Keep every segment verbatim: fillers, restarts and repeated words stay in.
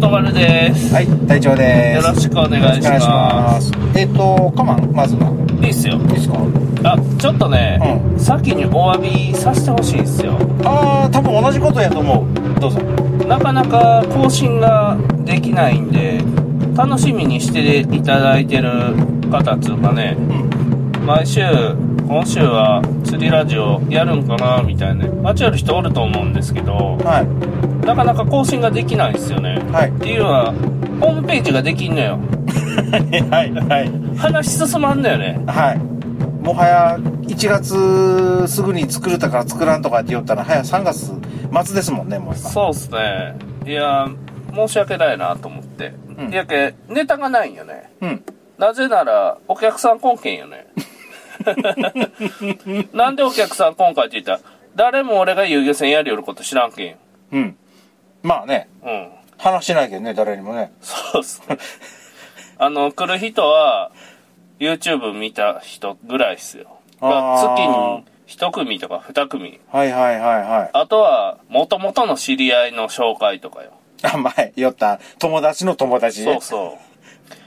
とまるです。 はい、隊長です。 よろしくお願いします。 えっ、ー、と、カマン、まずは。 いいっすよ。 いいっすか？ あ、ちょっとね、うん、先にお詫びさせてほしいっすよ。 あー、多分同じことやと思う。どうぞ。 なかなか更新ができないんで、楽しみにしていただいてる方っつうかね、うん、毎週、今週は釣りラジオやるんかなみたいな間違える人おると思うんですけど、はい、なかなか更新ができないんですよね、はい、っていうのはホームページができんのよはいはい話進まんのよね。はい。 もはやいちがつすぐに作るたから作らんとかって言ったら早さんがつ末ですもんね。もう今そうっすね。いや申し訳ないなと思って、うん、いやけネタがないんよね、うん、なぜならお客さん来んけんよねなんでお客さん今回って言ったら誰も俺が遊漁船やりよること知らんけん。 うん。まあね。うん。話しないけどね、誰にもね。 そうっすね。あの来る人は YouTube 見た人ぐらいっすよ。月に一組とか二組。 はいはいはいはい。 あとは元々の知り合いの紹介とかよ。 あ、前言った友達の友達ね。 そうそう。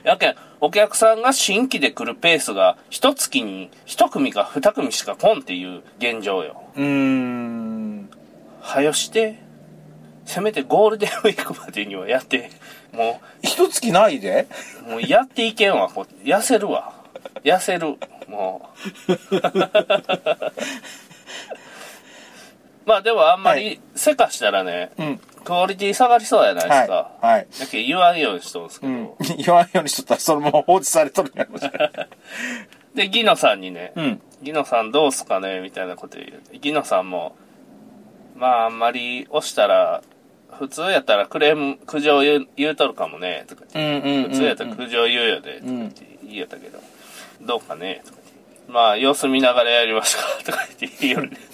やけんお客さんが新規で来るペースが一月に一組か二組しか来んっていう現状よ。うーん。はよしてせめてゴールデンウィークまでにはやってもう一月ないでもうやっていけんわ。こう痩せるわ。痩せるもうまあでもあんまりせかしたらね、はい、うん、クオリティ下がりそうやないですか。はい。はい、だけど言わんようにしとるんですけど、うん、 言わんようにしとったらそのまま放置されとるんやろでギノさんにね、うん、ギノさんどうすかねみたいなこと言う。ギノさんもまああんまり押したら普通やったらクレーム苦情言う、言うとるかもねとか言って、うんうんうんうん、普通やったら苦情言うよねとか言って言いやったけど、うん、どうかねとか言って、まあ様子見ながらやりますかとか言って言いよるね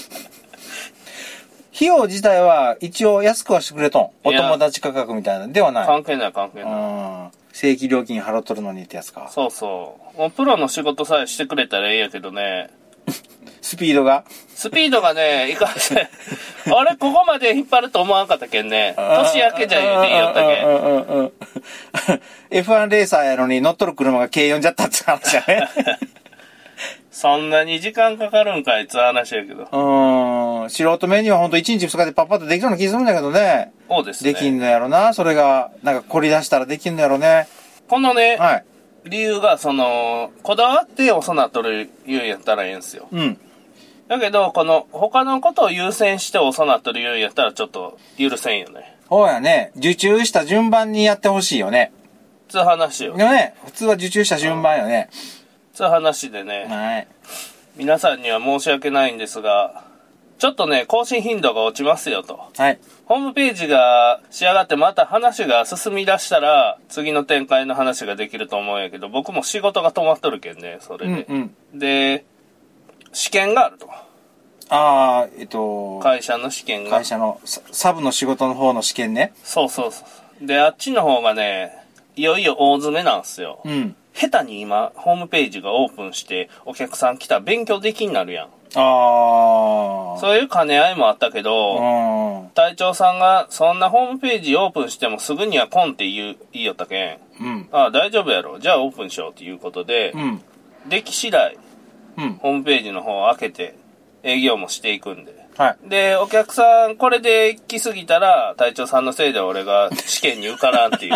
費用自体は一応安くはしてくれとん。お友達価格みたいなではない。 関係ない関係ない。 正規料金払っとるのにってやつか。 そうそう。もうプロの仕事さえしてくれたらいいやけどね。 スピードがスピードがね、いかんせん。あれここまで引っ張ると思わんかったけんね。年明けじゃ言うて言いよったけん。 エフワン レーサーやのに乗っとる車が軽よんじゃったって話やね。 そんなに時間かかるんかいって話やけど。うーん。素人目にはほんといちにちふつかでパッパッとできるような気するんだけどね。 そうですね。 できんのやろな。それが、なんか凝り出したらできんのやろね。 このね、はい、理由が、その、こだわって遅なっとる言うんやったらええんすよ。うん。だけど、この、他のことを優先して遅なっとる言うんやったらちょっと許せんよね。 そうやね。受注した順番にやってほしいよね。 つう話よ。 ね。普通は受注した順番よね。 つう話でね、はい、皆さんには申し訳ないんですが、ちょっとね、更新頻度が落ちますよと。はい。ホームページが仕上がってまた話が進み出したら、次の展開の話ができると思うんやけど、僕も仕事が止まっとるけんね、それで。うんうん、で、試験があると。 ああ、えっと、 会社の試験が。 会社の、サブの仕事の方の試験ね。 そうそうそう。で、あっちの方がね、いよいよ大詰めなんすよ。うん。下手に今、ホームページがオープンして、お客さん来たら勉強できになるやん。ああ。そういう兼ね合いもあったけど、隊長さんが、そんなホームページオープンしてもすぐには来んって言う、言いよったけん。うん。ああ、大丈夫やろ。じゃあオープンしようっていうことで、うん。でき次第、うん。ホームページの方を開けて、営業もしていくんで。はい。で、お客さん、これで来すぎたら、隊長さんのせいで俺が試験に受からんっていう。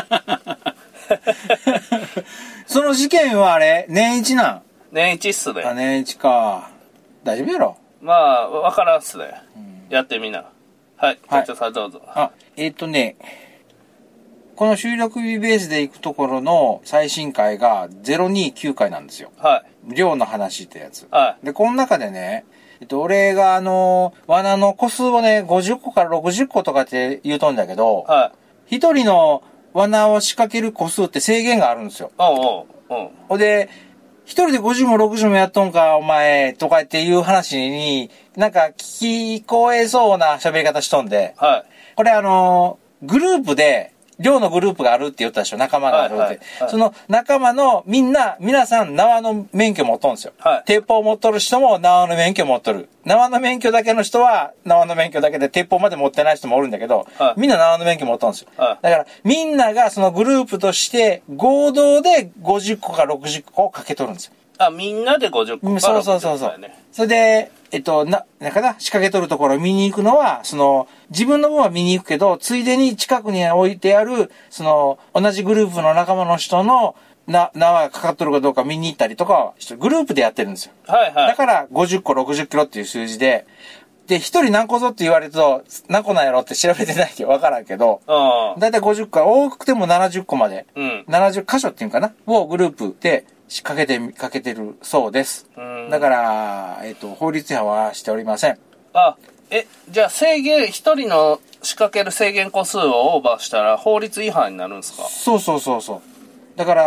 その試験はあれ年一なん？ 年一っすね。 あ、年一か。大丈夫やろ。 まあ、わからんっすね。うん、やってみな。はい。隊長さんどうぞ。 あ、えっとね、この収録日ベースで行くところの最新回がゼロにじゅうきゅうかいなんですよ。はい。量の話ってやつ。はい。で、この中でね、えっと、俺があの、罠の個数をね、ごじゅっこからろくじゅっことかって言うとんだけど、はい。一人の罠を仕掛ける個数って制限があるんですよ。おうおうおう。ほんで、一人でごじゅうもろくじゅうもやっとんか、お前、とかっていう話に、なんか聞こえそうな喋り方しとんで、はい。これあの、グループで寮のグループがあるって言ったでしょ、仲間があるって。はいはいはい、その仲間のみんな、皆さん縄の免許持っとるんですよ。はい、鉄砲持っとる人も縄の免許持っとる。縄の免許だけの人は縄の免許だけで鉄砲まで持ってない人もおるんだけど、はい、みんな縄の免許持っとるんですよ。はい、だからみんながそのグループとして合同でごじゅっこかろくじゅっこをかけとるんですよ。 あ、みんなでごじゅっこかろくじゅっこ、ね。そうそうそうそう。 それで、えっと、な、なんかな、仕掛けとるところを見に行くのは、その、自分の分は見に行くけど、ついでに近くに置いてある、その、同じグループの仲間の人の、な、縄がかかっとるかどうか見に行ったりとか、グループでやってるんですよ。はいはい。だから、ごじゅっこ、ろくじゅっキロっていう数字で、で、一人何個ぞって言われると、何個なんやろって調べてないけど分からんけど、だいたいごじゅっこ、多くてもななじゅっこまで、うん、ななじゅっかしょっていうかな、をグループで仕掛けて、かけてるそうです。だから、えっと、法律違反はしておりません。 あ、え、じゃあ制限、一人の仕掛ける制限個数をオーバーしたら法律違反になるんですか？ そうそうそうそう。だから、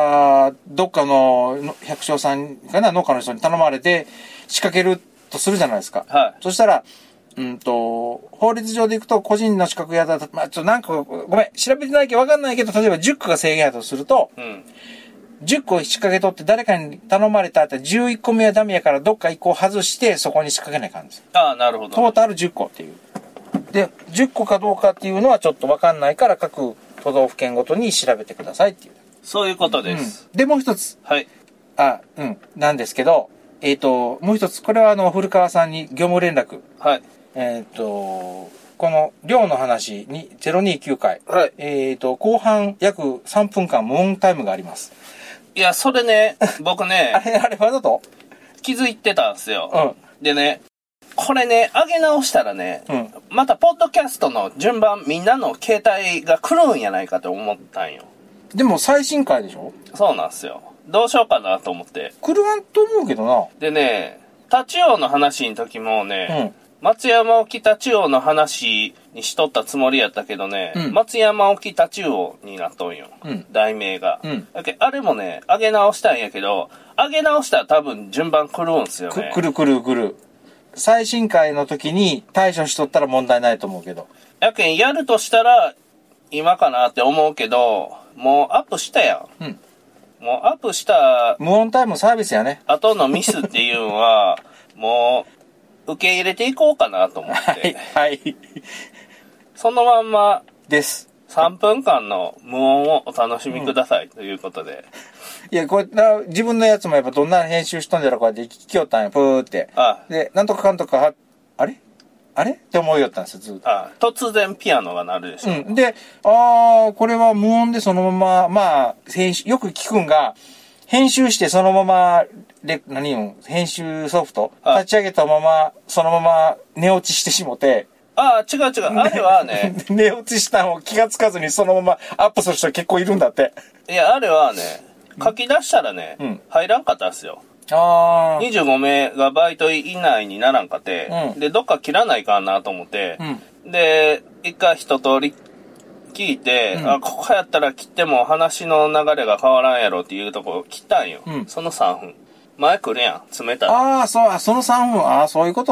どっかの百姓さんかな、農家の人に頼まれて仕掛けるとするじゃないですか。はい。そしたら、うんと、法律上でいくと個人の資格やだと、まあ、ちょっとなんか、ごめん、調べてないけど分かんないけど、例えばじゅっこが制限やとすると、うん、じゅっこ仕掛けとって誰かに頼まれたってじゅういっこめはダメやからどっかいっこ外してそこに仕掛けないかんです。 ああ、なるほど。 トータルじゅっこっていう。で、じゅっこかどうかっていうのはちょっと分かんないから各都道府県ごとに調べてくださいっていう。 そういうことです。 うん、で、もう一つ。 はい。 あ、うん、なんですけど、えっと、もう一つ、これはあの、古川さんに業務連絡。はい。えっ、ー、と、この量の話にゼロにきゅうかい、はい、えっ、ー、と、後半約さんぷんかん無音タイムがあります。 いや、それね、僕ね、 あれ、あれ、わざと気づいてたんですよ。うん。でね、これね、上げ直したらね、うん、また、ポッドキャストの順番、みんなの携帯が来るんやないかと思ったんよ。 でも、最新回でしょ？ そうなんですよ。どうしようかなと思って。 来るわんと思うけどな。 でね、タチウオの話の時もね、うん松山沖太刀魚の話にしとったつもりやったけどね、うん、松山沖太刀魚になっとんよ、うん、題名が、うん、だけあれもね上げ直したんやけど上げ直したら多分順番来るんすよね。 来る来る来る。最新回の時に対処しとったら問題ないと思うけど、 やけんやるとしたら今かなって思うけどもうアップしたやん、うん、もうアップした無音タイムサービスやね。 後のミスっていうのはもう受け入れていこうかなと思って。はい。はい、そのまんま。 です。 さんぷんかんの無音をお楽しみください、うん、ということで。 いや、こうやって、自分のやつもやっぱどんな編集しとんじゃろこうやって聞きよったんや、ぷーって。ああで、なんとかかんとか、あれあれって思いよったんですよ、ずっと。 ああ突然ピアノが鳴るでしょ。 うん。で、ああ、これは無音でそのまま、まあ、編集、よく聞くんが、編集してそのまま、で、何よ、編集ソフト立ち上げたまま、そのまま寝落ちしてしもて。 ああ、違う違う。あれはね。 寝落ちしたのを気がつかずにそのままアップする人結構いるんだって。 いや、あれはね、書き出したらね、うん、入らんかったんですよ。ああ。にじゅうごメガバイト以内にならんかて、うん、で、どっか切らないかなと思って、うん、で、一回一通り聞いて、うん、あ、ここやったら切っても話の流れが変わらんやろっていうとこ切ったんよ。うん、そのさんぷん。前来るやん、冷たい。 ああ、そう、そのさんぷん、ああ、そういうこと。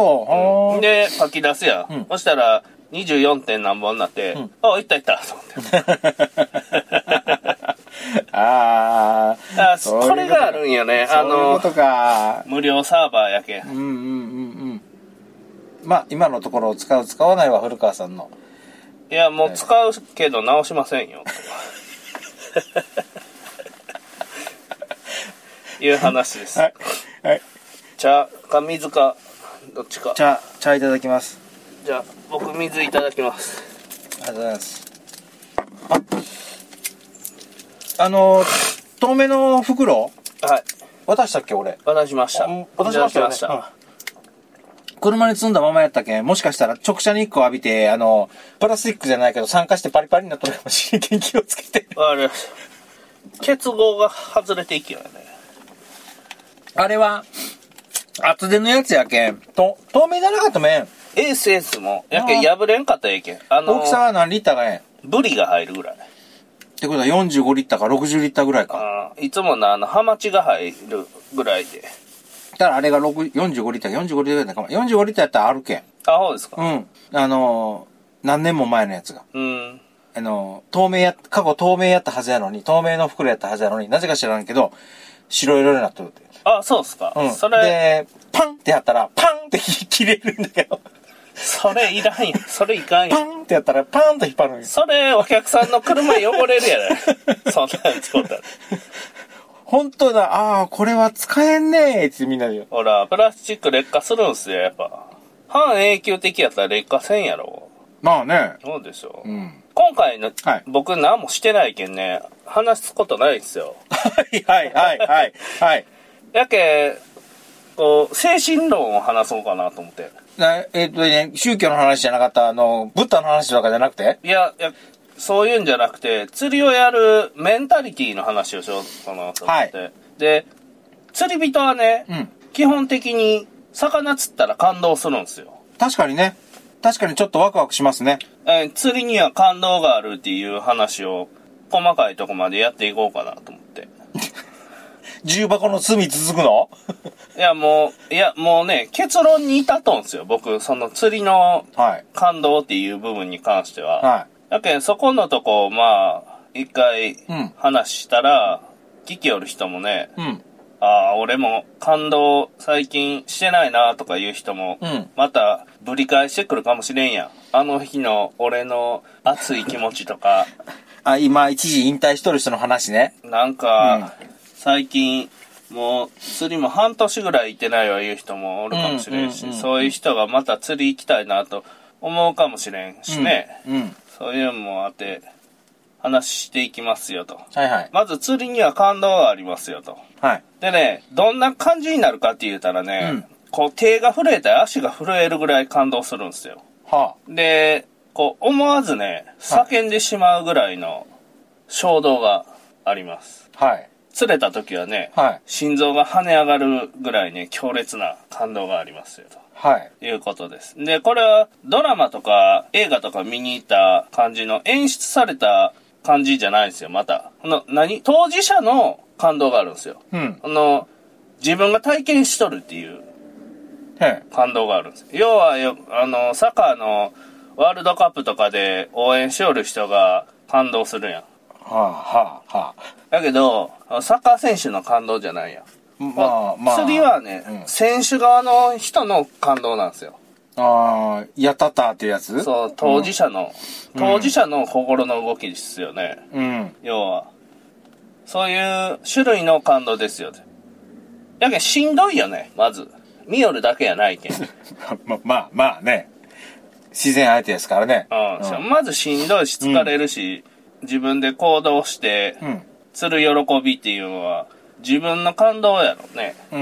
うん、で、書き出すやん。うん、そしたら、にじゅうよんてん何本になって、うん、あ、いったいったと思って。 ああ、これがあるんよね。あの、 そういうことか。 無料サーバーやけん。 うんうんうんうん。まあ、今のところ使う、使わないは古川さんの。 いや、もう使うけど直しませんよ。いう話です。はい。はい。茶か水か、どっちか。 茶、茶いただきます。 じゃあ、僕水いただきます。 ありがとうございます。あ、あの、透明の袋はい。渡したっけ、俺。 渡しました。 渡しましたよね。うん、車に積んだままやったけん、もしかしたら直射日光浴びて、あの、プラスチックじゃないけど酸化してパリパリになっとるかもしれんけん気をつけて。 あれ、結合が外れていきよね。 あれは、厚手のやつやけん。と、透明じゃなかっためん。 エースエースも、やけん破れんかったらええけん。あのー、大きさは何リッターがええん？ ブリが入るぐらい。 ってことはよんじゅうごリッターかろくじゅうリッターぐらいか。 いつものあの、ハマチが入るぐらいで。 だからあれがよんじゅうごリッター、よんじゅうごリッターかも。よんじゅうごリッターやったらあるけん。 あ、そうですか。 うん。あのー、何年も前のやつが。うん。えあの、透明や、過去透明やったはずやのに、透明の袋やったはずやのに、なぜか知らんけど、白色になっとるって。 あ、そうっすか。 うん。それ。で、パンってやったら、パンって切れるんだけど。 それいらんやん。それいかんやん。 パンってやったら、パンと引っ張るんや。 それ、お客さんの車汚れるやろ。そんなん使ったら。 本当だ、ああ、これは使えんねーってみんなで言う。 ほら、プラスチック劣化するんすよ、やっぱ。半永久的やったら劣化せんやろ。 まあね。 そうでしょ。 うん。 今回の、はい、僕何もしてないけんね、話すことないんですよ。 はいはいはいはい。はい。 やけ、こう、精神論を話そうかなと思って。 えっとね、宗教の話じゃなかった、あの、ブッダの話とかじゃなくて？ いや、いや、そういうんじゃなくて、釣りをやるメンタリティの話をしようかなと思って。はい、で、釣り人はね、うん、基本的に魚釣ったら感動するんですよ。 確かにね。確かにちょっとワクワクしますね。 えー、釣りには感動があるっていう話を細かいとこまでやっていこうかなと思って。 重箱の隅続くの？ いやもう、いやもうね、結論に至っとんすよ。僕、その釣りの感動っていう部分に関しては。はい。だけどそこのとこ、まあ、一回話したら、うん、聞きよる人もね、うん、ああ、俺も感動最近してないなとかいう人も、うん、またぶり返してくるかもしれんやん。あの日の俺の熱い気持ちとか。 あ、今一時引退しとる人の話ね。 なんか、うん、最近もう釣りも半年ぐらい行ってないわいう人もおるかもしれんし、うんうんうんうん、そういう人がまた釣り行きたいなと思うかもしれんしね。うんうん、そういうのもあって話していきますよと。 はいはい。 まず釣りには感動がありますよと。はい。でね、どんな感じになるかって言ったらね、うん、こう手が震えたり足が震えるぐらい感動するんですよ。はあ、で、こう思わずね、叫んでしまうぐらいの衝動があります。はい。釣れた時はね、はい、心臓が跳ね上がるぐらいね、強烈な感動がありますよと。はい。いうことです。で、これはドラマとか映画とか見に行った感じの演出された感じじゃないんですよ、また。この、何？当事者の感動があるんですよ。うん。あの、自分が体験しとるっていう感動があるんです。要はよ、あの、サッカーのワールドカップとかで応援しおる人が感動するやん。はあはあはあ。だけど、サッカー選手の感動じゃないやん。まあまあ。釣りはね、うん、選手側の人の感動なんですよ。 ああ、やったったっていうやつ？ そう、当事者の、うん、当事者の心の動きですよね。うん。要は。そういう種類の感動ですよ。やけんしんどいよね、まず。見よるだけやないけん。 ま、まあまあね。自然相手ですからね。 うん。うん、まずしんどいし疲れるし、うん、自分で行動して、うん、釣る喜びっていうのは自分の感動やろね。うんうん。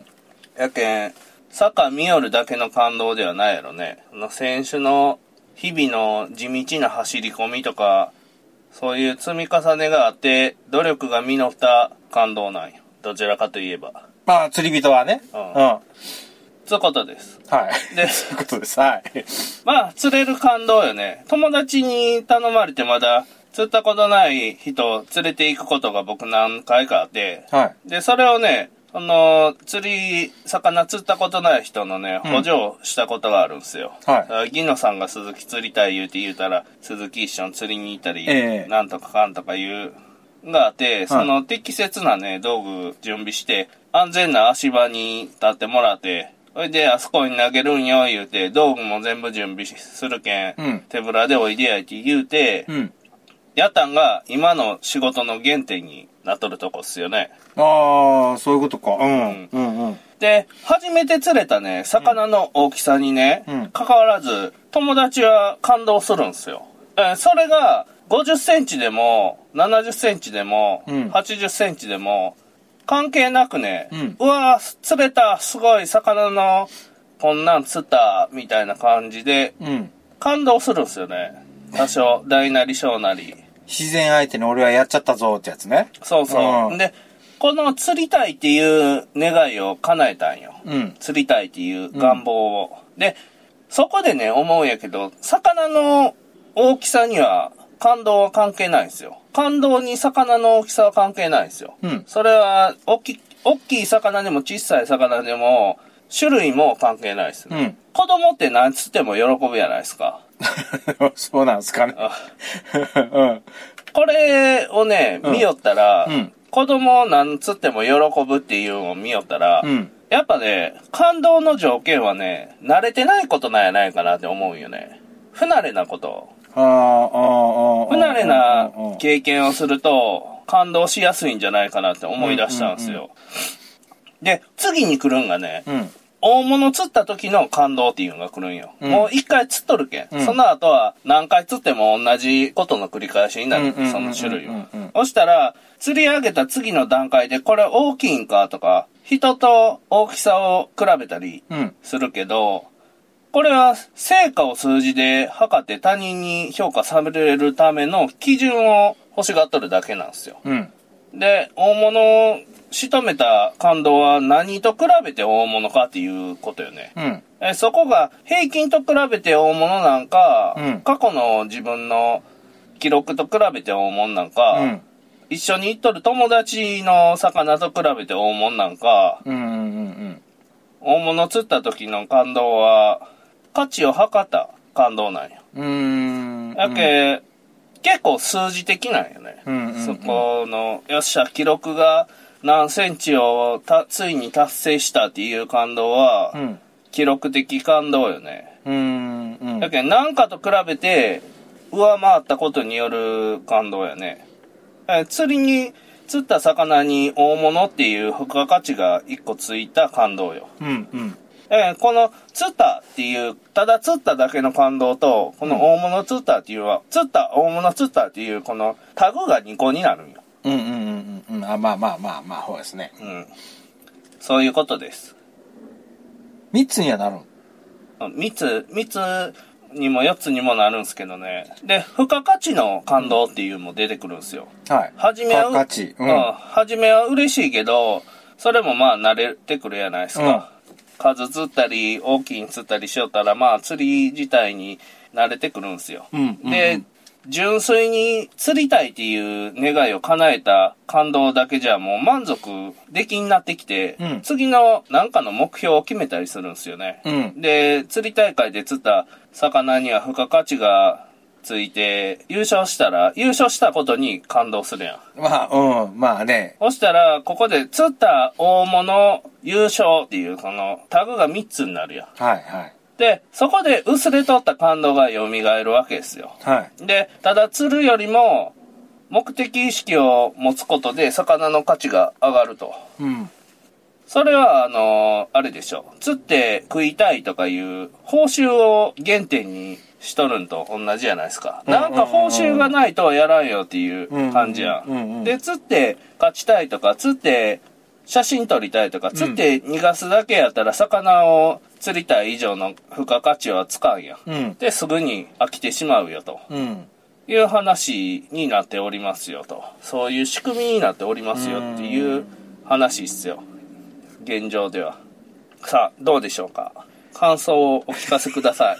やけん、サッカー見よるだけの感動ではないやろね。の選手の日々の地道な走り込みとか、そういう積み重ねがあって、努力が実った感動なんよ。どちらかといえば。 まあ、釣り人はね。うん。うん。 そういうことです。 はい。で、そういうことです。はい。 まあ、釣れる感動よね。友達に頼まれてまだ釣ったことない人を連れて行くことが僕何回かあって、はい。で、それをね、あの、釣り、魚釣ったことない人のね、補助をしたことがあるんですよ。うん、はい。ギノさんが鈴木釣りたい言うて言うたら、鈴木一緒に釣りに行ったり、えー、なんとかかんとか言う、があって、その適切なね、道具準備して、安全な足場に立ってもらって、それであそこに投げるんよ言うて、道具も全部準備するけん、うん、手ぶらでおいでやいって言うて、うん、やったんが今の仕事の原点になっとるとこっすよね。 ああ、そういうことか。うん。うん、うん、 で、初めて釣れたね、魚の大きさにね、うん、関わらず、友達は感動するんすよ。え、それが、ごじゅっセンチでも、ななじゅっセンチでも、うん、はちじゅっセンチでも、関係なくね、うん、うわー、釣れた、すごい、魚の、こんなん釣った、みたいな感じで、うん、感動するんすよね。多少、大なり小なり。 自然相手に俺はやっちゃったぞってやつね。 そうそう。うん、で、この釣りたいっていう願いを叶えたんよ。うん、釣りたいっていう願望を。うん、で、そこでね、思うんやけど、魚の大きさには感動は関係ないんですよ。感動に魚の大きさは関係ないんですよ。うん、それは、大き、大きい魚でも小さい魚でも、種類も関係ないです、ね。うん、子供って何つっても喜ぶじゃないですか。 そうなんですかね。 うん、これをね、見よったら、うんうん、子供なんつっても喜ぶっていうのを見よったら、うん、やっぱね、感動の条件はね、慣れてないことなんやないかなって思うんよね。不慣れなこと。不慣れな経験をすると、感動しやすいんじゃないかなって思い出したんですよ。うんうんうん、で、次に来るんがね、うん、大物釣った時の感動っていうのが来るんよ。うん、もう一回釣っとるけん。うん、その後は何回釣っても同じことの繰り返しになる。その種類は。そしたら、釣り上げた次の段階でこれ大きいんかとか、人と大きさを比べたりするけど、うん、これは成果を数字で測って他人に評価されるための基準を欲しがっとるだけなんですよ。うん、で、大物を仕留めた感動は何と比べて大物かっていうことよね。うん、えそこが平均と比べて大物なんか、うん、過去の自分の記録と比べて大物なんか、うん、一緒に行っとる友達の魚と比べて大物なんか、うんうんうんうん、大物釣った時の感動は価値を測った感動なんよ。うーん。だけ、うん、結構数字的なんよね。うんうんうん、そこの、よっしゃ、記録が何センチをたついに達成したっていう感動は、うん、記録的感動よね。うんうん、だけど、何かと比べて上回ったことによる感動やね。釣りに、釣った魚に大物っていう付加価値が一個ついた感動よ。うんうんえー、この釣ったっていう、ただ釣っただけの感動と、この大物釣ったっていうのは、うん、釣った、大物釣ったっていう、このタグがにこになるんよ。 うんうんうんうん。あ、まあまあまあまあ、そうですね。 うん。そういうことです。 みっつにはなるんみっつ、みっつにもよっつにもなるんですけどね。で、付加価値の感動っていうのも出てくるんですよ。はい。はじめは、付加価値。うん。はじめは嬉しいけど、それもまあ慣れてくるじゃないですか。うん数釣ったり大きいに釣ったりしよったらまあ釣り自体に慣れてくるんですよ、うんうんうん、で純粋に釣りたいっていう願いを叶えた感動だけじゃもう満足できになってきて、うん、次の何かの目標を決めたりするんですよね、うん、で釣り大会で釣った魚には付加価値がついて優勝したら優勝したことに感動するやん。まあうんまあね。 そしたらここで釣った大物優勝っていうこのタグがみっつになるやん。はいはい。でそこで薄れとった感動が蘇るわけですよ。はい。でただ釣るよりも目的意識を持つことで魚の価値が上がると。うん。それはあのー、あれでしょ。釣って食いたいとかいう報酬を原点にしとるんと同じじゃないですか。なんか報酬がないとはやらんよっていう感じやん。で、釣って勝ちたいとか、釣って写真撮りたいとか、釣って逃がすだけやったら魚を釣りたい以上の付加価値はつかんやん。うん、で、すぐに飽きてしまうよと。うんいう話になっておりますよと。そういう仕組みになっておりますよっていう話っすよ。現状では。さあ、どうでしょうか。感想をお聞かせください。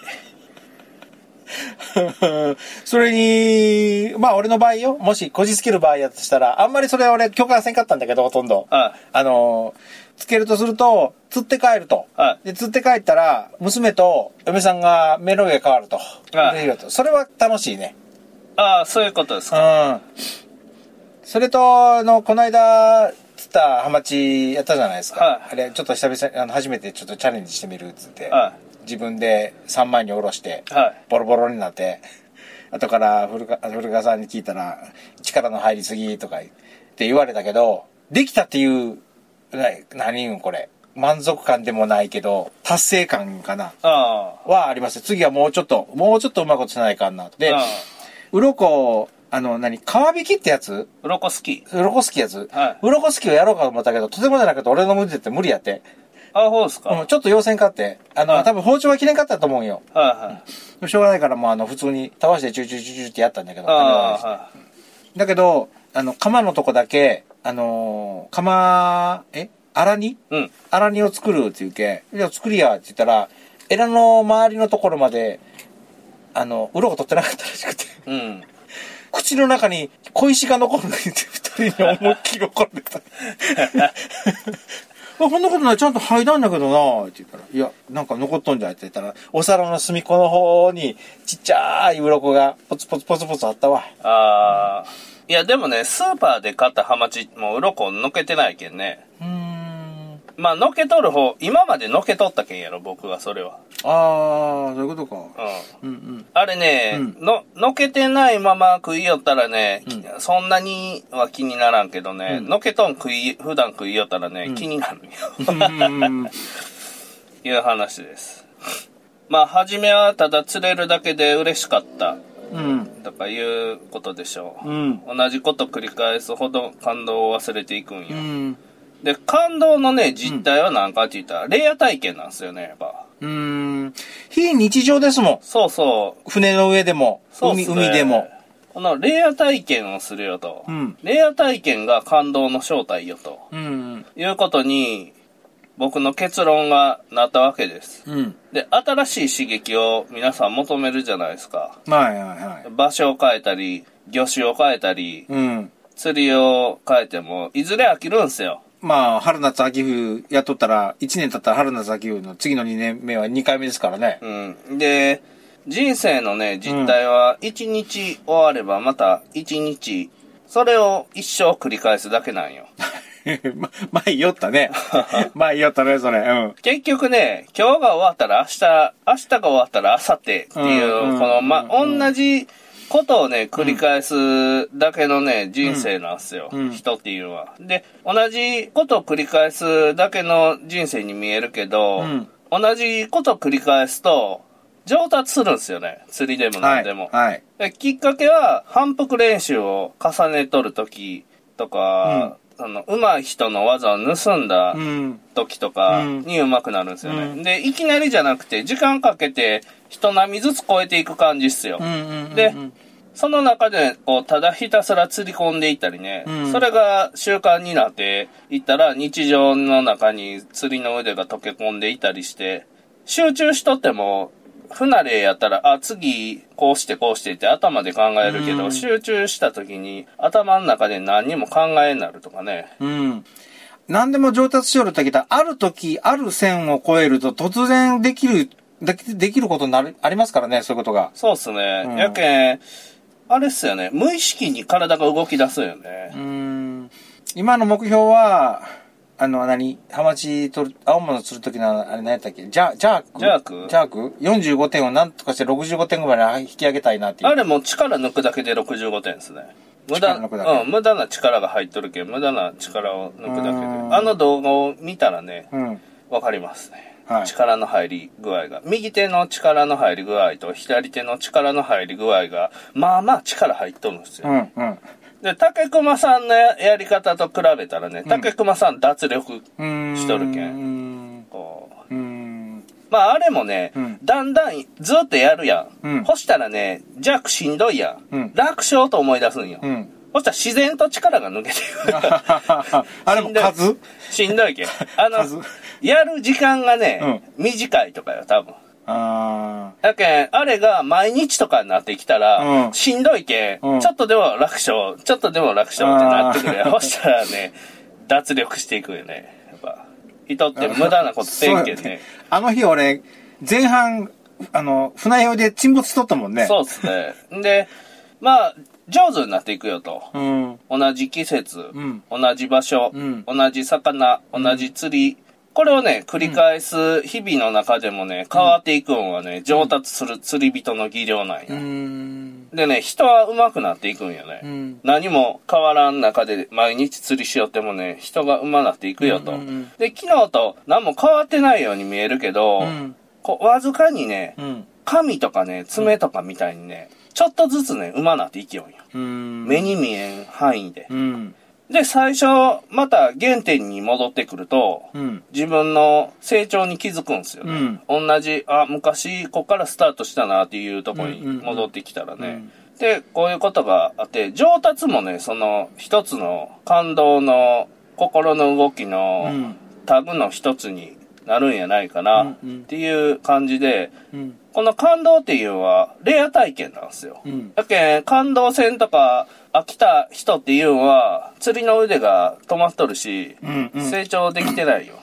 それに、まあ俺の場合よ、もしこじつける場合やとしたら、あんまりそれは俺許可せんかったんだけど、ほとんど。あ, あの、つけるとすると、釣って帰ると。で、釣って帰ったら、娘と嫁さんが目の毛変わると。それは楽しいね。 ああ、そういうことですか。うん。 それと、あの、この間、釣ったハマチやったじゃないですか。はい、あれ、ちょっと久々、あの、初めてちょっとチャレンジしてみるっつって。はい、自分でさんまいにおろして、はい、ボロボロになって、後から古川さんに聞いたら、力の入りすぎとかって言われたけど、できたっていう、何言うんこれ。満足感でもないけど、達成感かな。あはあります。次はもうちょっと、もうちょっとうまいことしないかんな。で、鱗、あの、何、皮引きってやつ鱗すき。 鱗すきやつ。はい。鱗すきをやろうかと思ったけど、とてもじゃなくて俺の無理でって無理やって。 あ、そうですか。 うん、ちょっと要請かって。あの、多分包丁は切れんかったと思うよ。はいはい。しょうがないからもうあの、普通に、たわしてチューチューチューチューってやったんだけど。あはい。だけど、あの、釜のとこだけ、あのー、釜、え荒煮うん。荒煮を作るっていうけ、じゃあ作りやって言ったら、エラの周りのところまで、あの、鱗取ってなかったらしくて。うん。口の中に小石が残るのに二人に思いっきり怒られた。 そんなことない、ちゃんと剥いだんだけどなって言ったら、いや、なんか残っとんじゃいって言ったら、お皿の隅っこの方に、ちっちゃい鱗がポツポツポツポツあったわ。 あー。いや、でもね、スーパーで買ったハマチ、もう鱗のけてないけんね。うーん。まあ、のけとる方、今までのけとったけんやろ、僕は、それは。 あー、そういうことか。 うん。うんうん。あれね、うん、の、のけてないまま食いよったらね、うん、そんなには気にならんけどね、うん、のけとん食い、普段食いよったらね、うん、気になるんよ。いう話です。まあ、初めはただ釣れるだけで嬉しかった。うん。とかいうことでしょう。うん。同じこと繰り返すほど感動を忘れていくんよ。うん。で、感動のね、実態は何かって言ったら、レア体験なんですよね、やっぱ。 うーん。非日常ですもん。 そうそう。 船の上でも、そうですね、海、海でも。 このレア体験をするよと。うん。レア体験が感動の正体よと。うん。いうことに、僕の結論がなったわけです。うん。で、新しい刺激を皆さん求めるじゃないですか。 はいはいはい。 場所を変えたり、魚種を変えたり、うん。釣りを変えても、いずれ飽きるんすよ。 まあ、春夏秋冬やっとったら、いちねん経ったら春夏秋冬の次のにねんめはにかいめですからね。 うん。で、人生のね、実態は、いちにち終わればまたいちにち、それを一生繰り返すだけなんよ。 ま、前言おったね。前言おったね、それ。うん。 結局ね、今日が終わったら明日、明日が終わったら明後日っていう、うん、この、ま、同じことをね、繰り返すだけのね、人生なんですよ。うん、人っていうのは。で、同じことを繰り返すだけの人生に見えるけど、うん、同じことを繰り返すと、上達するんですよね。釣りでも何でも。はいはい、きっかけは、反復練習を重ねとるときとか、うん、あの、上手い人の技を盗んだ時とかに上手くなるんですよね。うん、で、いきなりじゃなくて、時間かけて人並みずつ超えていく感じっすよ。うんうんうんうん、で、その中で、こう、ただひたすら釣り込んでいったりね、うん、それが習慣になっていったら、日常の中に釣りの腕が溶け込んでいたりして、集中しとっても、不慣れやったら、あ、次、こうしてこうしてって頭で考えるけど、うん、集中した時に頭の中で何にも考えになるとかね。 うん。何でも上達しよるってきたら、ある時、ある線を越えると突然できる、でき、できることになる、ありますからね、そういうことが。 そうっすね。うん、やけん、あれっすよね。無意識に体が動き出すよね。 うん。今の目標は、あの、何ハマチ取る、青物釣るときの、あれ何やったっけジャ、ジャークジャークジャーク ?よんじゅうごてんを何とかしてろくじゅうごてんぐらいに引き上げたいなっていう。 あれも力抜くだけでろくじゅうごてんですね。無駄、うん、無駄な力が入っとるけん、無駄な力を抜くだけで。あの動画を見たらね、わ、うん、かりますね。はい、力の入り具合が。右手の力の入り具合と左手の力の入り具合が、まあまあ力入っとるんですよ。うんうんで、竹熊さんの や, やり方と比べたらね、竹熊さん脱力しとるけん。んこううんまああれもね、うん、だんだんずっとやるやん。うん、そしたらね、弱しんどいやん。うん、楽勝と思い出すんよ。うん、そしたら自然と力が抜けてくる。 あれも数しんどいけん。あの、やる時間がね、うん、短いとかよ、多分。あだけん、あれが毎日とかになってきたら、うん、しんどいけん、うん、ちょっとでも楽勝、ちょっとでも楽勝ってなってくる。そしたらね、脱力していくよね。やっぱ、人って無駄なことせんけんね。 あの日俺、前半、あの、船酔いで沈没しとったもんね。 そうっすね。で、まあ、上手になっていくよと。うん、同じ季節、うん、同じ場所、うん、同じ魚、同じ釣り、これをね、繰り返す日々の中でもね、変わっていくんはね、上達する釣り人の技量なんや。うん、でね、人は上手くなっていくんよね。うん、何も変わらん中で毎日釣りしよってもね、人が上手くなっていくよと。うんうんうん、で、昨日と何も変わってないように見えるけど、うん、こうわずかにね、うん、髪とかね、爪とかみたいにね、ちょっとずつね、上手くなっていきよんよ。うん、目に見えん範囲で。うんで、最初、また原点に戻ってくると、うん、自分の成長に気づくんですよね。うん、同じ、あ、昔、こっからスタートしたなっていうところに戻ってきたらね。うんうんうん、で、こういうことがあって、上達もね、その一つの感動の心の動きのタグの一つになるんやないかなっていう感じで、うんうん、この感動っていうのはレア体験なんですよ。うん、だけん、感動戦とか飽きた人っていうのは釣りの腕が止まっとるし、うんうん、成長できてないよ。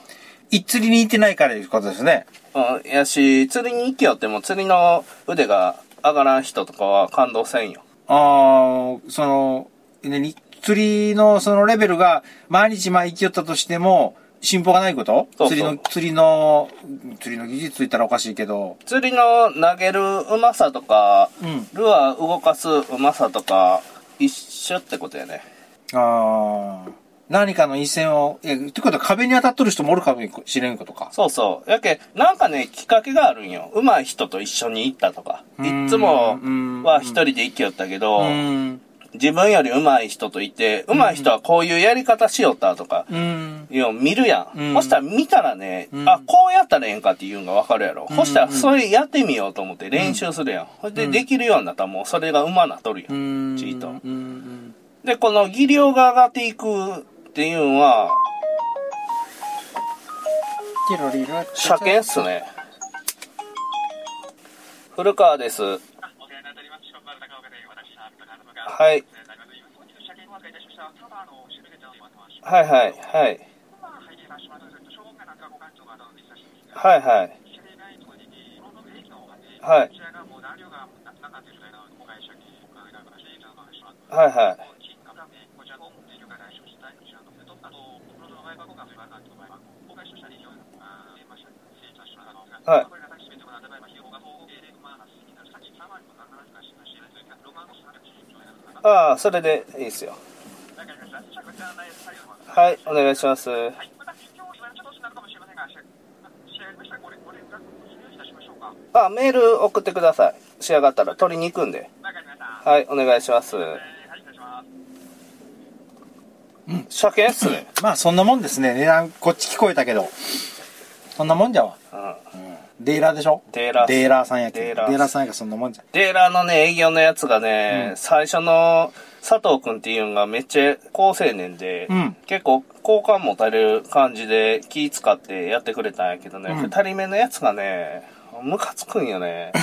釣りに行ってないからいうことですね。 うん、やし、釣りに行きよっても釣りの腕が上がらん人とかは感動せんよ。 ああ、その、ね、釣りのそのレベルが毎日まあ行きよったとしても、進歩がないこと？そうそう釣りの、釣りの、釣りの技術と言ったらおかしいけど。 釣りの投げるうまさとか、うん、ルアー動かすうまさとか、一緒ってことやね。 ああ。何かの一線を、え、ってことは壁に当たっとる人もおるかもしれんことか。 そうそう。やけ、なんかね、きっかけがあるんよ。上手い人と一緒に行ったとか。いつもは一人で行きよったけど、自分より上手い人といて、上手い人はこういうやり方しよったとか、いうのを見るやん。そしたら見たらね、あ、こうやったらええんかっていうのがわかるやろ。そしたらそれやってみようと思って練習するやん。それでできるようになったらもうそれが上手なっとるやん。チート。で、この技量が上がっていくっていうのは、車検っすね。古川です。はい。はいはいはい。はいはい。はい。はいはい。はい。ああ、それでいいですよ。はい、お願いします。あ、メール送ってください。仕上がったら取りに行くんで。はい、お願いします。うん、車検っすね。 まあそんなもんですね。値段こっち聞こえたけど。そんなもんじゃわ。うんうん、デーラーでしょ？ デーラー。 デーラーさんやけど。デーラー。デーラーさんやけどそんなもんじゃ。 デーラーのね、営業のやつがね、うん、最初の佐藤くんっていうのがめっちゃ好青年で、うん、結構好感持たれる感じで気使ってやってくれたんやけどね、うん、二人目のやつがね、ムカつくんよね。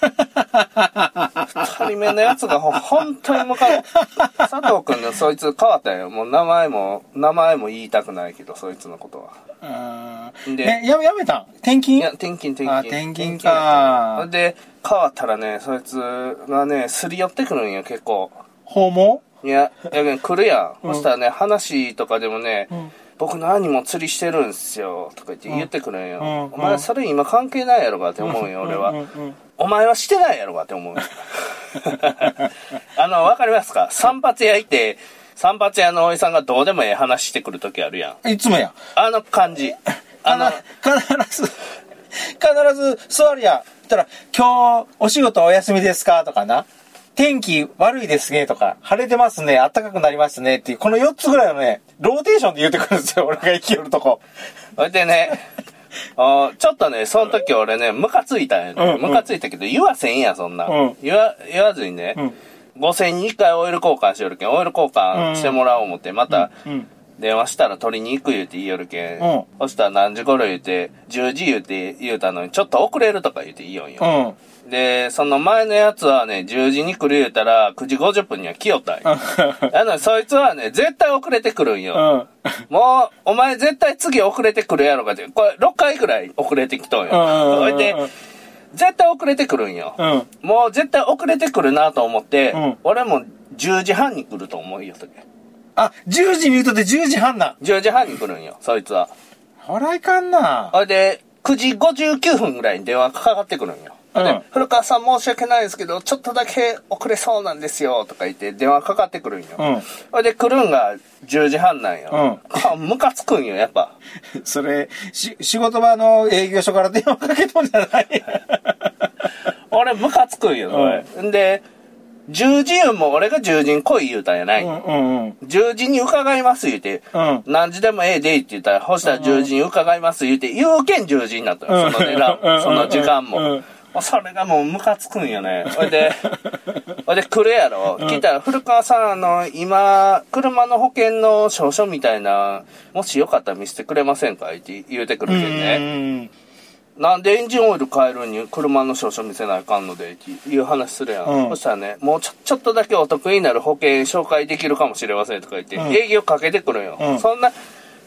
二人目のやつがほ本当にムカつく。佐藤くんのそいつ変わったよ。もう名前も、名前も言いたくないけど、そいつのことは。で、え、やめ、やめたん？転勤？ いや、転勤転勤。 あ、転勤か。 で、変わったらね、そいつがね、すり寄ってくるんよ、結構。 訪問？ いや、やけん来るやん。うん、そしたらね、話とかでもね、うん、僕何も釣りしてるんすよ、とか言って言ってくるんよ。うん、お前それ今関係ないやろかって思うよ、俺は。うんうんうん、お前はしてないやろかって思うよ。あの、わかりますか？散髪屋いて、散髪屋のおじさんがどうでもええ話してくるときあるやん。 いつもや。 あの感じ。あの、 必ず、必ず座るやん。ったら、今日お仕事お休みですかとかな。天気悪いですねとか、晴れてますね、暖かくなりますねっていう、このよっつぐらいのね、ローテーションで言ってくるんですよ、俺が生きよるとこ。 それでね、あちょっとね、その時俺ね、ムカついたんやね、うんうん。ムカついたけど、言わせんや、そんな。うん、言わ、言わずにね、うん、ごせんにいっかいオイル交換しよるけん、オイル交換してもらおう思って、また、うんうん、電話したら取りに行く言うて言いよるけん、うん、そしたら何時頃言うて、じゅうじ言うて言うたのに、ちょっと遅れるとか言うて言いよんよ。うん、で、その前のやつはね、じゅうじに来る言うたら、くじごじゅっぷんには来よったんよ。あの、そいつはね、絶対遅れてくるんよ。うん、もう、お前絶対次遅れてくるやろかって、これろっかいくらい遅れてきとんよ。それで、絶対遅れてくるんよ。うん、もう絶対遅れてくるなと思って、うん、俺もじゅうじはんに来ると思うよ、とけ。 あ、じゅうじに言うとってじゅうじはんな。 じゅうじはんに来るんよ、そいつは。 ほらいかんな。 それで、くじごじゅうきゅうふんぐらいに電話かかってくるんよ。うん、で、古川さん申し訳ないですけど、ちょっとだけ遅れそうなんですよ、とか言って電話かかってくるんよ。うん、それで来るんがじゅうじはんなんよ。うん。ムカつくんよ、やっぱ。 それ、し、仕事場の営業所から電話かけとんじゃない俺、ムカつくんよ、それ。うん、で、じゅうじも俺がじゅうじに来い言うたんやない。うんうんうん、じゅうじに伺います言うて、うん、何時でもええでって言ったら、ほしたらじゅうじに伺います言うて、言うけんじゅうじになったよ、その値段、うん、その時間も。うんうんそれがもうムカつくんよね。ほいで、ほいで来るやろ。聞いたら、古川さん、あの、今、車の保険の証書みたいな、もしよかったら見せてくれませんかって言うてくるけんね。うんなんでエンジンオイル変えるに車の証書見せないかんのでっていう話するやん。うん、そしたらね、もうちょ、ちょっとだけお得になる保険紹介できるかもしれませんとか言って、うん、営業かけてくるよ、うん。そんな、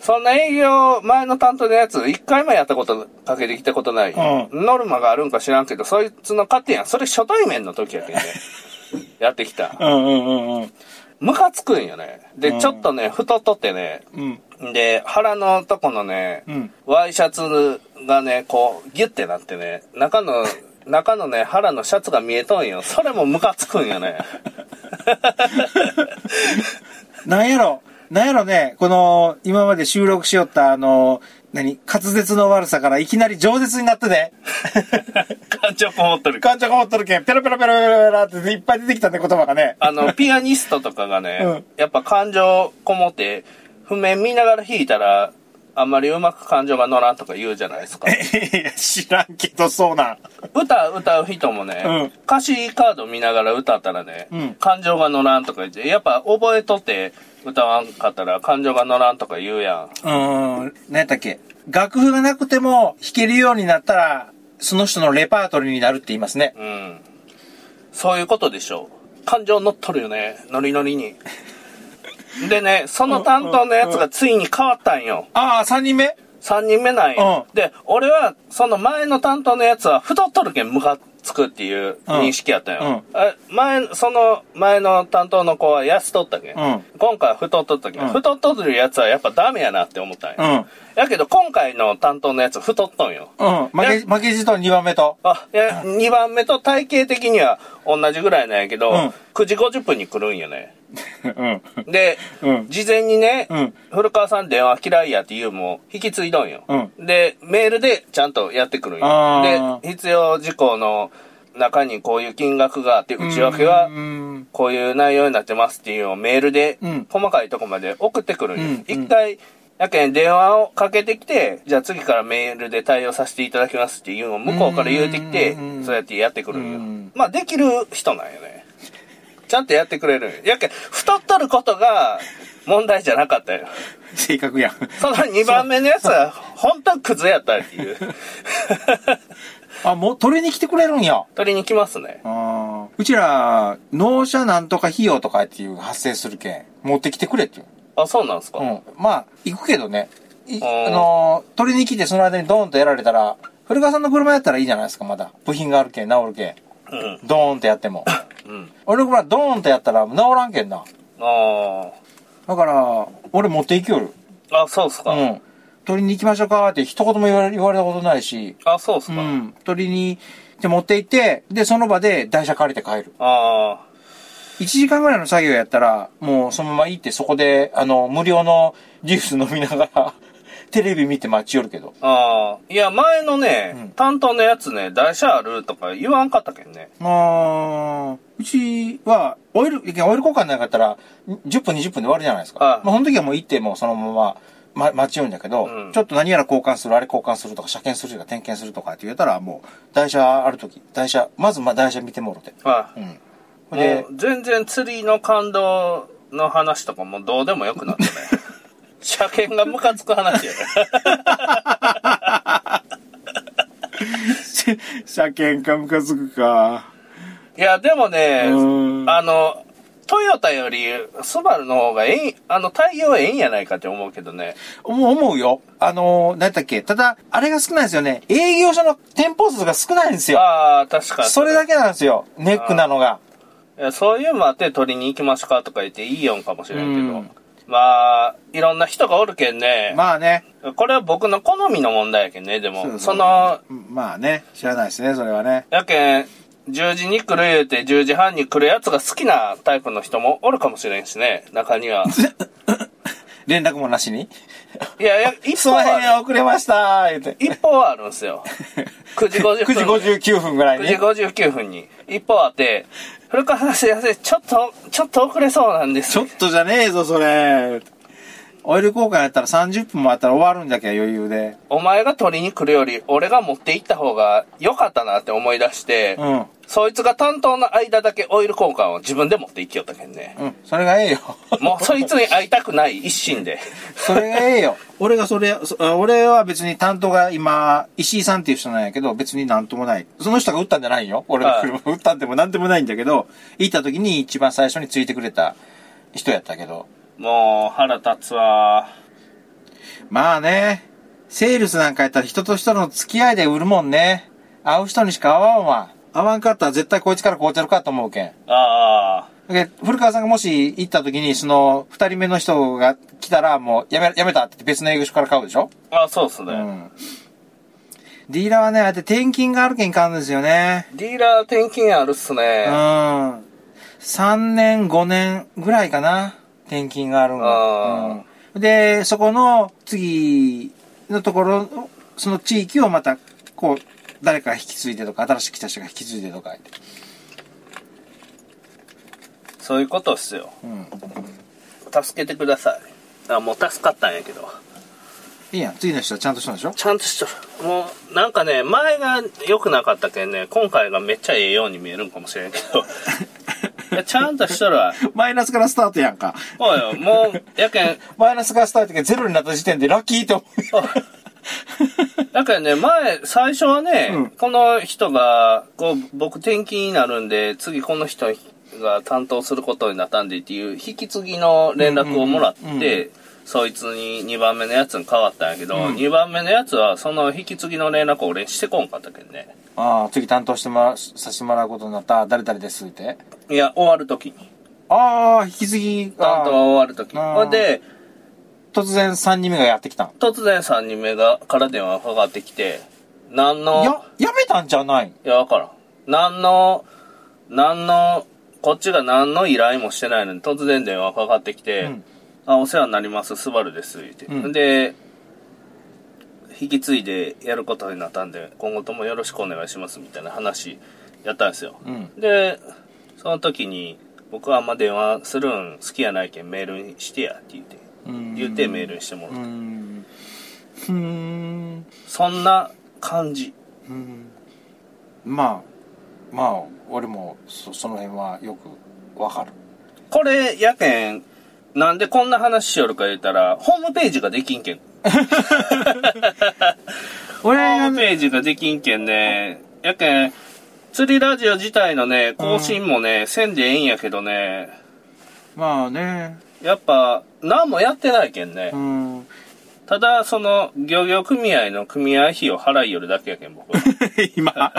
そんな営業、前の担当のやつ、一回もやったこと、かけてきたことない。うん、ノルマがあるんか知らんけど、そいつの勝手やん。それ初対面の時やけんね。やってきた。 うんうんうんうん。 ムカつくんよね。で、うん、ちょっとね、太っとってね。うん、で、腹のとこのね、うん、ワイシャツがね、こう、ギュッてなってね、中の、中のね、腹のシャツが見えとんよ。それもムカつくんよね。 なんやろなんやろね、この、今まで収録しよった、あの、何滑舌の悪さからいきなり饒舌になってね。 感情こもっとる。 感情こもっとるけん、ペロペロペロペロペロっていっぱい出てきたね、言葉がね。 あの、ピアニストとかがね、うん、やっぱ感情こもって、譜面見ながら弾いたら、あんまりうまく感情が乗らんとか言うじゃないですか。 いや、知らんけど、そうなん。 歌、歌う人もね、うん、歌詞カード見ながら歌ったらね、うん、感情が乗らんとか言って、やっぱ覚えとって歌わんかったら感情が乗らんとか言うやん。 うーん、何やったっけ。楽譜がなくても弾けるようになったら、その人のレパートリーになるって言いますね。 うん。そういうことでしょう。感情乗っとるよね、ノリノリに。でね、その担当のやつがついに変わったんよ。 ああ、三人目 ? さんにんめなんよ。で、俺は、その前の担当のやつは太っとるけんムカつくっていう認識やったんよ。うん、前、その前の担当の子は痩せとったけん。うん、今回は太っとったけん。うん、太っとるやつはやっぱダメやなって思ったんよ。うんやけど、今回の担当のやつ太っとんよ。 うん。負け、負けじとにばんめと。 あ、いや、にばんめと体型的には同じぐらいなんやけど、うん、くじごじゅっぷんに来るんよね。うん、で、うん、事前にね、うん、古川さん電話嫌いやって言うも引き継いどんよ。うん、で、メールでちゃんとやってくるんよ。で、必要事項の中にこういう金額があって、内訳はこういう内容になってますっていうのをメールで細かいとこまで送ってくるんよ。一、うん、回、やけん電話をかけてきて、じゃあ次からメールで対応させていただきますっていうのを向こうから言うてきて、そうやってやってくるんよ。まあできる人なんよね。ちゃんとやってくれるんよ。やけん、太っとることが問題じゃなかったよ。 正確やん。 そのにばんめのやつは本当はクズやったっていう。 あ、もう取りに来てくれるんや。 取りに来ますね。 あうちら、納車なんとか費用とかっていう発生するけん、持ってきてくれっていう。 あ、そうなんすか。 うん。まあ、行くけどね。あのー、取りに来てその間にドーンとやられたら、古川さんの車やったらいいじゃないですか、まだ。部品があるけん、治るけん。うん。ドーンとやっても。うん。俺の車ドーンとやったら治らんけんな。ああ。だから、俺持って行きよる。 あ、そうっすか。うん。 取りに行きましょうかって一言も言われ、言われたことないし。 あ、そうっすか。 うん。取りに、で持って行って、で、その場で台車借りて帰る。ああ。いちじかんぐらいの作業やったら、もうそのまま行ってそこで、あの、無料のジュース飲みながら、テレビ見て待ちよるけど。 ああ。いや、前のね、うん、担当のやつね、台車あるとか言わんかったけんね。 ああ。うちは、オイル、オイル交換なかったら、じゅっぷんにじゅっぷんで終わるじゃないですか。ああまあ、その時はもう行ってもうそのまま、ま、待ちよるんだけど、うん、ちょっと何やら交換する、あれ交換するとか、車検するとか、点検するとかって言ったら、もう、台車ある時、台車、まずまあ台車見てもろて。ああ。うん。 で、全然釣りの感動の話とかもどうでもよくなってね。車検がムカつく話やね。 車検かムカつくか。 いや、でもね、あの、トヨタよりスバルの方がええ、あの、対応ええんやないかって思うけどね。 思う、思うよ。あの、何だっけ。ただ、あれが少ないですよね。営業所の店舗数が少ないんですよ。 ああ、確かに。 それだけなんですよ。ネックなのが。 いやそういうのあって取りに行きますかとか言っていいよんかもしれんけど。まあ、いろんな人がおるけんね。 まあね。 これは僕の好みの問題やけんね、でも。そうそうその、 まあね、知らないですね、それはね。 やけん、じゅうじに来る言うてじゅうじはんに来るやつが好きなタイプの人もおるかもしれんしね、中には。 連絡もなしにいやいや、 一方は。その辺遅れました言うて。 一方はあるんですよ。くじごじゅっぷん。 くじごじゅうきゅうふんぐらいに。 くじごじゅうきゅうふんに。一方あって、古川さんすいません、ちょっと、ちょっと遅れそうなんです。 ちょっとじゃねえぞ、それ。オイル交換やったらさんじゅっぷんもあったら終わるんだけど余裕で。 お前が取りに来るより、俺が持って行った方が良かったなって思い出して、うん。そいつが担当の間だけオイル交換を自分で持って行きよったけんね。 うん、それがええよ。 もうそいつに会いたくない一心で。 それがええよ。俺がそれ、俺は別に担当が今、石井さんっていう人なんやけど、別になんともない。その人が撃ったんじゃないよ。俺が車撃ったんでもなんでもないんだけど、行った時に一番最初についてくれた人やったけど。 もう腹立つわ。 まあね、セールスなんかやったら人と人の付き合いで売るもんね。会う人にしか会わんわ。会わんかったら絶対こいつからこうちゃるかと思うけん。 ああ。 で、古川さんがもし行った時に、その、二人目の人が来たら、もう、やめ、やめたって言って別の営業所から買うでしょ？ ああ、そうっすね。うん。 ディーラーはね、ああやって転勤があるけん買うんですよね。 ディーラー転勤あるっすね。 うん。さんねん、ごねんぐらいかな。転勤があるのが。うん。で、そこの次のところ、その地域をまた、こう、誰かが引き継いでとか、新しく来た人が引き継いでとか。 そういうことっすよ。うん。助けてください。あ、もう助かったんやけど。 いいやん。次の人はちゃんとしたんでしょ？ ちゃんとした。もう、なんかね、前が良くなかったけんね、今回がめっちゃええように見えるんかもしれんけど。いやちゃんとしたら。 マイナスからスタートやんか。 そうよ、もう、やけん。 マイナスからスタートやけんゼロになった時点でラッキーと思う。 だからね、前、最初はね、うん、この人が、こう、僕転勤になるんで、次この人が担当することになったんでっていう、引き継ぎの連絡をもらって、うんうんうん、そいつににばんめのやつに変わったんやけど、うん、にばんめのやつは、その引き継ぎの連絡を俺にしてこんかったけんね。 ああ、次担当してもら、させてもらうことになった、誰々ですって。 いや、終わるときに。 ああ、引き継ぎ担当が終わるとき。ほんで、 突然さんにんめがやってきた。 突然さんにんめがから電話かかってきて、何のややめたんじゃない？ いや、わからん。何の何のこっちが何の依頼もしてないのに突然電話かかってきて、うん、あ、お世話になります、スバルですって、うん、で引き継いでやることになったんで今後ともよろしくお願いしますみたいな話やったんですよ、うん、でその時に僕はあんま電話するん好きやないけんメールにしてやって言って言ってメールにしてもらった。うーんうーんそんな感じ。うーんまあまあ俺も そ, その辺はよくわかる。 これやけんなんでこんな話しよるか言ったらホームページができんけん。俺ホームページができんけんね。やけん釣りラジオ自体のね更新もね、うん、せんでええんやけどね。 まあね。 やっぱ何もやってないけんね、うん、ただその漁業組合の組合費を払いよるだけやけん僕は今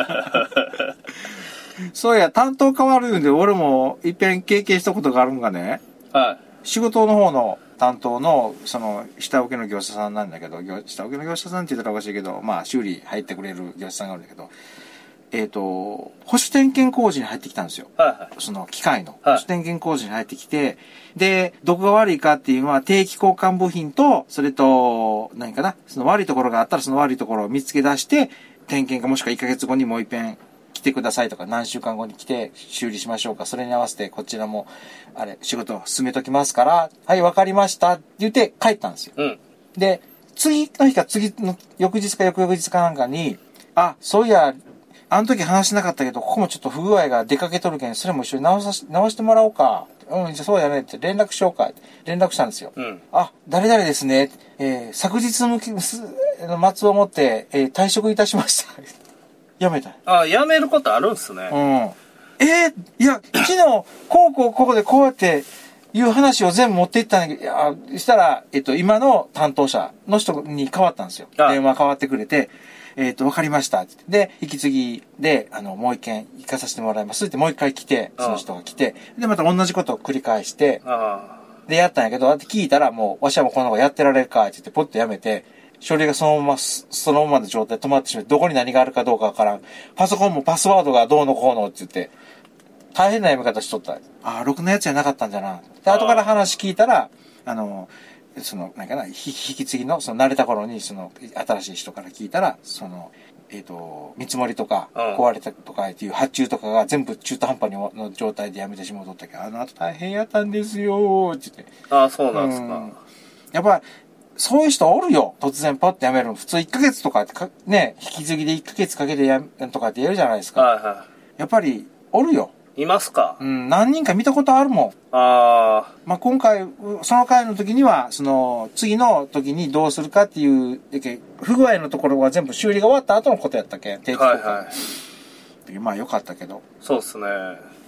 そうや担当変わるんで俺もいっぺん経験したことがあるんがね、はい、仕事の方の担当のその下請けの業者さんなんだけど下請けの業者さんって言ったらおかしいけどまあ修理入ってくれる業者さんがあるんだけどえっと、保守点検工事に入ってきたんですよ。はいはい、その機械の。保守点検工事に入ってきて、で、どこが悪いかっていうのは定期交換部品と、それと、何かな、その悪いところがあったらその悪いところを見つけ出して、点検かもしくはいっかげつごにもう一遍来てくださいとか、何週間後に来て修理しましょうか。それに合わせてこちらも、あれ、仕事を進めときますから、はい、わかりましたって言って帰ったんですよ。うん、で、次の日か次の翌日か翌々日かなんかに、あ、そういや、あの時話しなかったけど、ここもちょっと不具合が出かけとるけん、それも一緒に直さし、直してもらおうか。うん、じゃあそうやねって連絡しようか。連絡したんですよ。うん、あ、誰々ですね。えー、昨日の末をもって、えー、退職いたしました。やめた。 あ、やめることあるんすね。 うん。えー、いや、昨日、こうこうここでこうやって、いう話を全部持っていったんだけど、あ、したら、えっと、今の担当者の人に変わったんですよ。電話変わってくれて、えっと、わかりました。で、引き継ぎで、あの、もう一件行かさせてもらいますって、もう一回来て、その人が来て、で、また同じことを繰り返して、で、やったんやけど、って聞いたら、もう、わしはもうこの子やってられるか、って言って、ポッとやめて、書類がそのまま、そのままの状態で止まってしまって、どこに何があるかどうかわからん。パソコンもパスワードがどうのこうのって言って、大変な読み方しとった。ああ、ろくなやつじゃなかったんじゃな。で、後から話聞いたら、あの、その、なんかな、引き継ぎの、その慣れた頃に、その、新しい人から聞いたら、その、えっと、見積もりとか、壊れたとかっていう発注とかが全部中途半端の状態でやめてしまうとったけど、あの後大変やったんですよ、って言って。 ああ、そうなんですか。うん、 やっぱ、そういう人おるよ。突然パッとやめるの。普通いっかげつとかか、ね、引き継ぎでいっかげつかけてやめ、とかってやるじゃないですか。はいはい。やっぱり、おるよ。 いますか？ うん、何人か見たことあるもん。ああ。まあ、今回、その回の時には、その、次の時にどうするかっていう、不具合のところは全部修理が終わった後のことやったっけ？定期交換。はいはい。まあ、良かったけど。 そうっすね。